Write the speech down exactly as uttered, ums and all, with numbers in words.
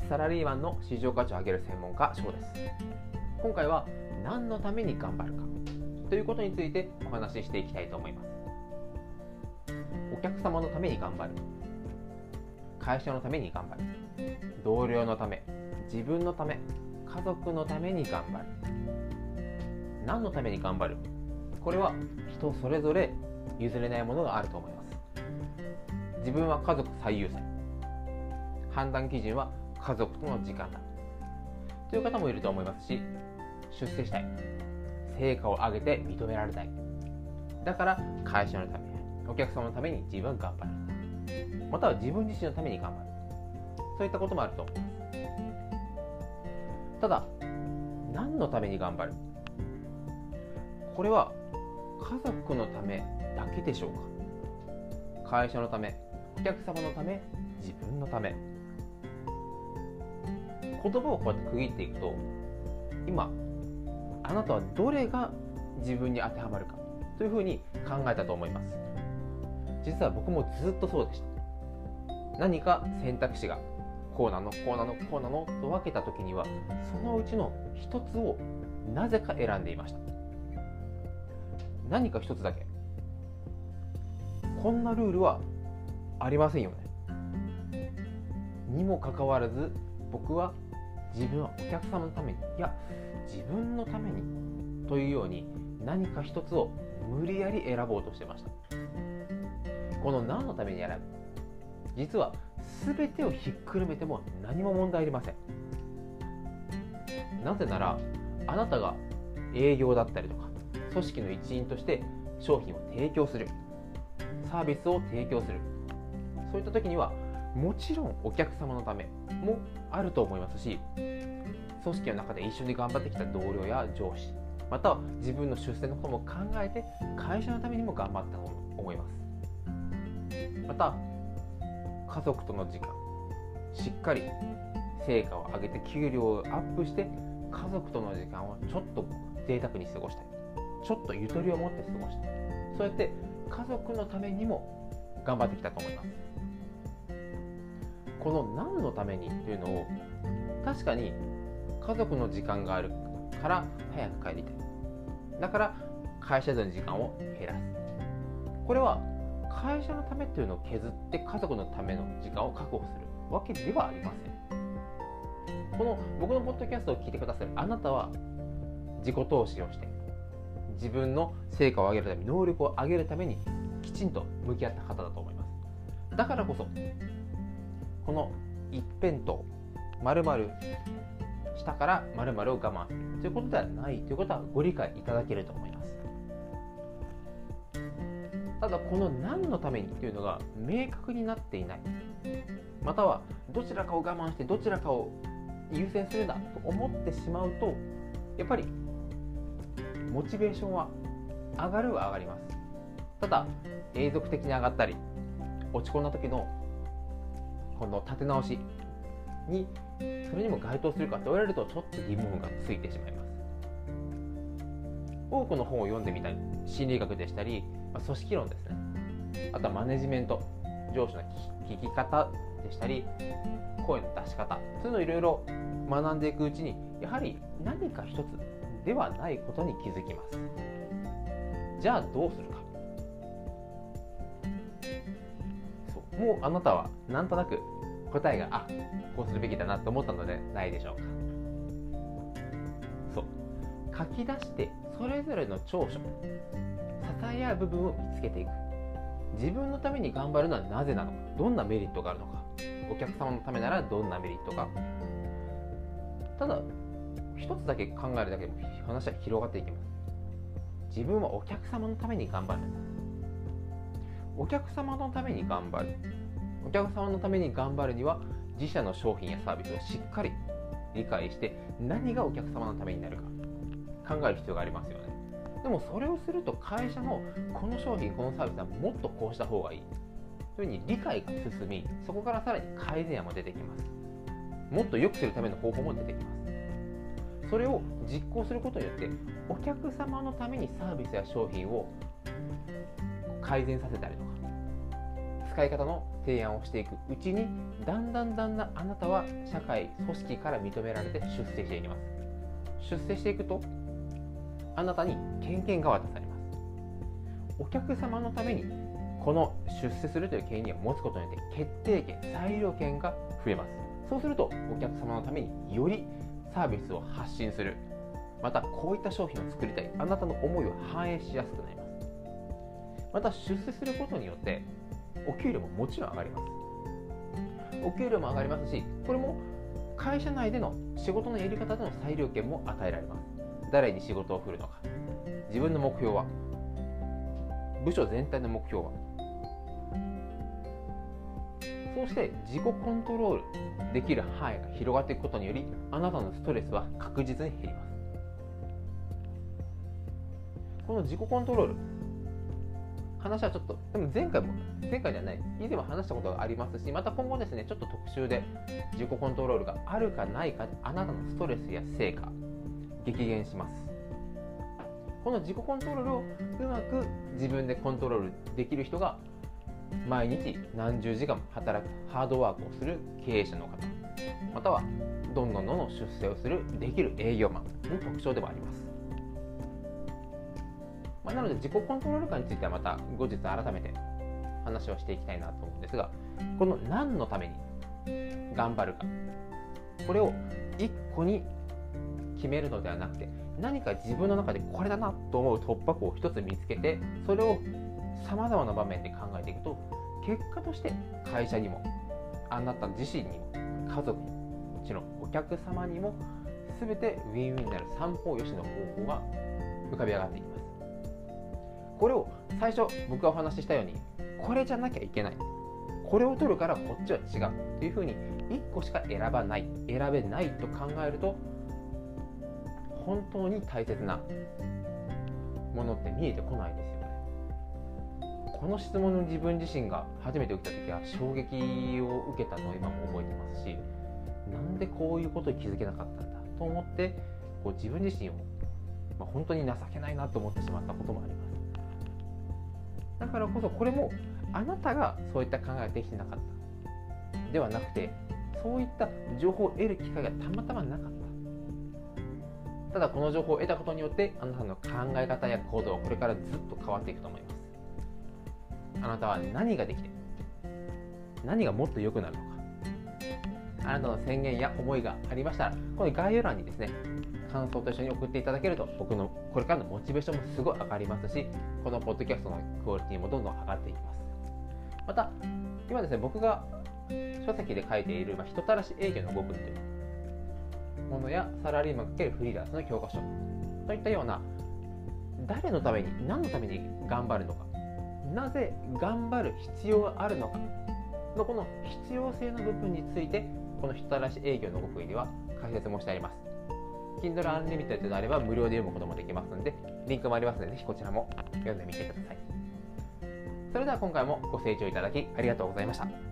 サラリーマンの市場価値を上げる専門家翔です。今回は何のために頑張るかということについてお話ししていきたいと思います。お客様のために頑張る、会社のために頑張る、同僚のため、自分のため、家族のために頑張る。何のために頑張る、これは人それぞれ譲れないものがあると思います。自分は家族最優先、判断基準は家族との時間だという方もいると思いますし、出世したい、成果を上げて認められたい、だから会社のため、お客様のために自分は頑張る、または自分自身のために頑張る、そういったこともあると思います。ただ、何のために頑張る、これは家族のためだけでしょうか。会社のため、お客様のため、自分のため。言葉をこうやって区切っていくと、今あなたはどれが自分に当てはまるかというふうに考えたと思います。実は僕もずっとそうでした。何か選択肢がこうなのこうなのこうなのと分けた時には、そのうちの一つをなぜか選んでいました。何か一つだけ、こんなルールはありませんよね。にもかかわらず、僕は自分はお客様のために、いや自分のためにというように、何か一つを無理やり選ぼうとしてました。この何のために選ぶ、実は全てをひっくるめても何も問題ありません。なぜなら、あなたが営業だったりとか組織の一員として商品を提供する、サービスを提供する、そういった時にはもちろんお客様のためもあると思いますし、組織の中で一緒に頑張ってきた同僚や上司、または自分の出世のことも考えて会社のためにも頑張ったと思います。また家族との時間、しっかり成果を上げて給料をアップして、家族との時間をちょっと贅沢に過ごしたい、ちょっとゆとりを持って過ごしたい、そうやって家族のためにも頑張ってきたと思います。この何のためにというのを、確かに家族の時間があるから早く帰りたい、だから会社での時間を減らす、これは会社のためというのを削って家族のための時間を確保するわけではありません。この僕のポッドキャストを聞いてくださるあなたは、自己投資をして自分の成果を上げるために、能力を上げるためにきちんと向き合った方だと思います。だからこそこの一辺倒、〇〇したから〇〇を我慢するということではないということはご理解いただけると思います。ただ、この何のためにというのが明確になっていない、またはどちらかを我慢してどちらかを優先するんだと思ってしまうと、やっぱりモチベーションは上がるは上がります。ただ永続的に上がったり、落ち込んだ時のこの立て直しにそれにも該当するかと言われると、ちょっと疑問がついてしまいます。多くの本を読んでみたり、心理学でしたり、まあ、組織論ですね、あとはマネジメント、上司の聞き方でしたり、声の出し方、そういうのをいろいろ学んでいくうちに、やはり何か一つではないことに気づきます。じゃあどうするか。そうもうあなたはなんとなく答えが、あ、こうするべきだなと思ったのではないでしょうか。そう書き出して、それぞれの長所、支え合う部分を見つけていく。自分のために頑張るのはなぜなのか、どんなメリットがあるのか、お客様のためならどんなメリットが。ただ一つだけ考えるだけでも話は広がっていきます。自分はお客様のために頑張る。お客様のために頑張る。お客様のために頑張るには、自社の商品やサービスをしっかり理解して、何がお客様のためになるか考える必要がありますよね。でもそれをすると、会社のこの商品このサービスはもっとこうした方がいいというふうに理解が進み、そこからさらに改善案も出てきます。もっと良くするための方法も出てきます。それを実行することによって、お客様のためにサービスや商品を改善させたりとか、 使い方の提案をしていくうちに、だんだんだんだんあなたは社会組織から認められて出世していきます。出世していくとあなたに権限が渡されます。お客様のためにこの出世するという権利を持つことによって決定権、裁量権が増えます。そうするとお客様のためによりサービスを発信する、またこういった商品を作りたい、あなたの思いを反映しやすくなります。また出世することによってお給料ももちろん上がります。お給料も上がりますし、これも会社内での仕事のやり方での裁量権も与えられます。誰に仕事を振るのか、自分の目標は、部署全体の目標は、そうして自己コントロールできる範囲が広がっていくことにより、あなたのストレスは確実に減ります。この自己コントロール、話はちょっと、でも前回も、前回じゃない、以前も話したことがありますし、また今後ですね、ちょっと特集で自己コントロールがあるかないかで、あなたのストレスや成果、激減します。この自己コントロールをうまく自分でコントロールできる人が、毎日何十時間も働くハードワークをする経営者の方、またはどんどんどんどん出世をするできる営業マンの特徴でもあります。まあ、なので自己コントロール感についてはまた後日改めて話をしていきたいなと思うんですが、この何のために頑張るか、これを一個に決めるのではなくて、何か自分の中でこれだなと思う突破口を一つ見つけて、それをさまざまな場面で考えていくと、結果として会社にもあなた自身にも家族にももちろんお客様にも全てウィンウィンになる三方よしの方法が浮かび上がっていきます。これを最初僕がお話ししたように、これじゃなきゃいけない、これを取るからこっちは違うというふうにいっこしか選ばない、選べないと考えると、本当に大切なものって見えてこないですよね。この質問の自分自身が初めて受けた時は衝撃を受けたのを今も覚えてますし、なんでこういうことに気づけなかったんだと思って、こう自分自身を、まあ、本当に情けないなと思ってしまったこともあります。だからこそこれもあなたがそういった考えができてなかったではなくて、そういった情報を得る機会がたまたまなかった。ただこの情報を得たことによってあなたの考え方や行動はこれからずっと変わっていくと思います。あなたは何ができて、何がもっと良くなるのか、あなたの宣言や思いがありましたら、この概要欄にですね、感想と一緒に送っていただけると、僕のこれからのモチベーションもすごい上がりますし、このポッドキャストのクオリティもどんどん上がっていきます。また今ですね、僕が書籍で書いている、まあ、人たらし営業の極意というものや、サラリーマン×フリーランスの教科書といったような、誰のために何のために頑張るのか、なぜ頑張る必要があるのかのこの必要性の部分について、この人たらし営業の極意では解説もしてあります。 Kindle Unlimited であれば無料で読むこともできますので、リンクもありますので、ぜひこちらも読んでみてください。それでは今回もご清聴いただきありがとうございました。